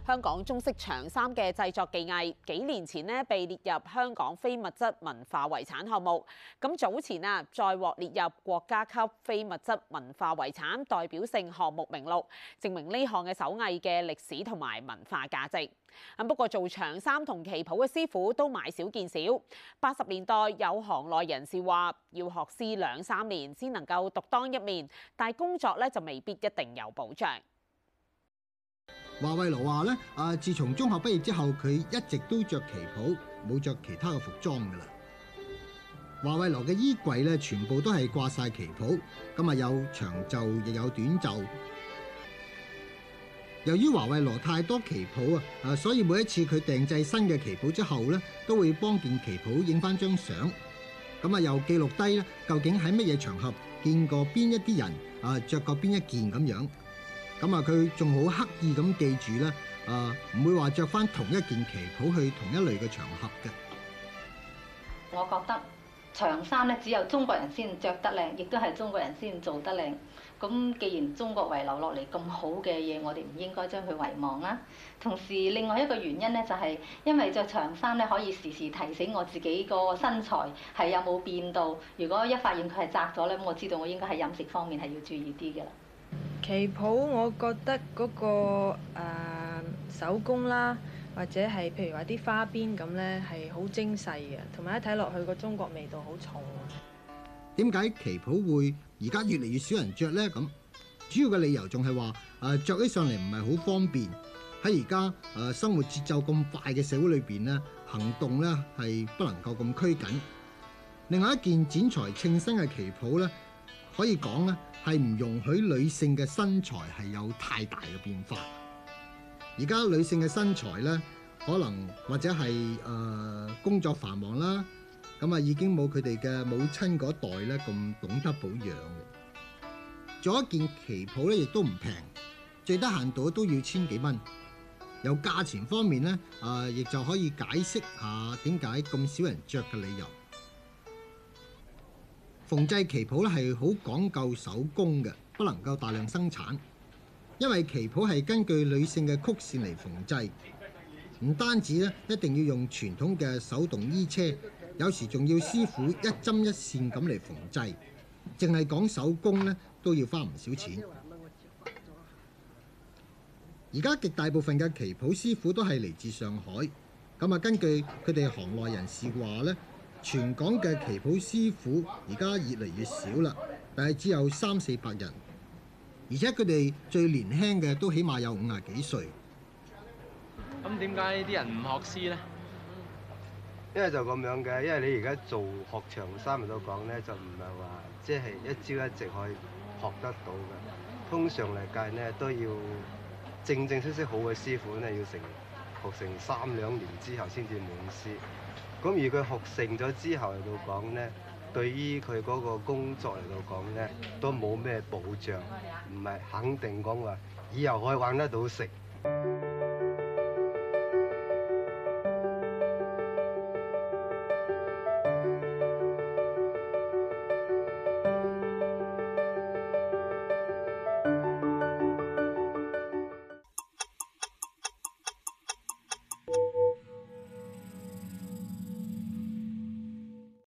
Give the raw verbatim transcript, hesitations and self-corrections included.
香港中式長衫嘅製作技藝，幾年前呢被列入香港非物質文化遺產項目。咁早前啊，再獲列入國家級非物質文化遺產代表性項目名錄，證明呢項嘅手藝嘅歷史同埋文化價值。咁不過做長衫同旗袍嘅師傅都買少見少。八十年代有行內人士話，要學師兩三年先能夠獨當一面，但係工作咧就未必一定有保障。 華慧羅話咧，啊，自從中學畢業之後，佢一直都着旗袍，冇着其他嘅服裝㗎啦。華慧羅嘅衣櫃咧，全部都係掛晒旗袍，咁啊有長袖亦有短袖。由於華慧羅太多旗袍啊，啊，所以每一次佢訂製新嘅旗袍之後咧，都會幫件旗袍影翻張相，咁啊又記錄低咧，究竟喺乜嘢場合見過邊一啲人啊着過邊一件咁樣。咁啊，佢仲好刻意咁記住咧，啊，唔會話着翻同一件旗袍去同一類嘅場合嘅。 我覺得長衫咧，只有中國人先着得靚，亦都係中國人先做得靚。咁既然中國遺留落嚟咁好嘅嘢，我哋唔應該將佢遺忘啦。同時，另外一個原因咧，就係因為着長衫咧，可以時時提醒我自己個身材係有冇變到。如果一發現佢係窄咗咧，咁我知道我應該喺飲食方面係要注意啲嘅啦。 旗袍我覺得嗰、那個、呃、手工啦，或者係譬如話啲花邊咁咧，係好精細嘅，同埋一睇落去個中國味道好重。 點解旗袍會而家越嚟越少人着咧？咁主要嘅理由仲係話誒著起上嚟唔係好方便。喺而家誒生活節奏咁快嘅社會裏邊咧，行動咧係不能夠咁拘謹。另外一件剪裁稱身嘅旗袍咧，可以講咧係唔容許女性嘅身材係有太大嘅變化。而家女性嘅身材咧，可能或者係誒、呃、工作繁忙啦，咁啊已經冇佢哋嘅母親嗰代咧咁懂得保養嘅。做一件旗袍咧，亦都唔平，最低限度都要千幾蚊。由價錢方面咧，啊、呃、亦就可以解釋下點解咁少人着嘅理由。縫製旗袍咧係好講究手工嘅，不能夠大量生產，因為旗袍係根據女性嘅曲線嚟縫製，唔單止咧一定要用傳統嘅手動衣車，有時仲要師傅一針一線咁嚟縫製，淨係講手工咧都要花唔少錢。而家極大部分嘅旗袍師傅都係嚟自上海，咁啊根據佢哋行內人士話咧，全港嘅旗袍師傅而家越嚟越少啦，但係只有三四百人，而且佢哋最年輕嘅都起碼有五十幾歲。 咁點解啲人唔學師咧？ 因為就咁樣嘅，因為你而家做學長衫嚟到講咧，就唔係話即係一朝一夕可以學得到嘅。通常嚟計咧，都要正正式式好嘅師傅咧，要成學成三兩年之後先至滿師。咁而佢學成咗之後嚟到講咧，對於佢嗰個工作嚟到講咧，都冇咩保障，唔係肯定講話以後可以揾得到食。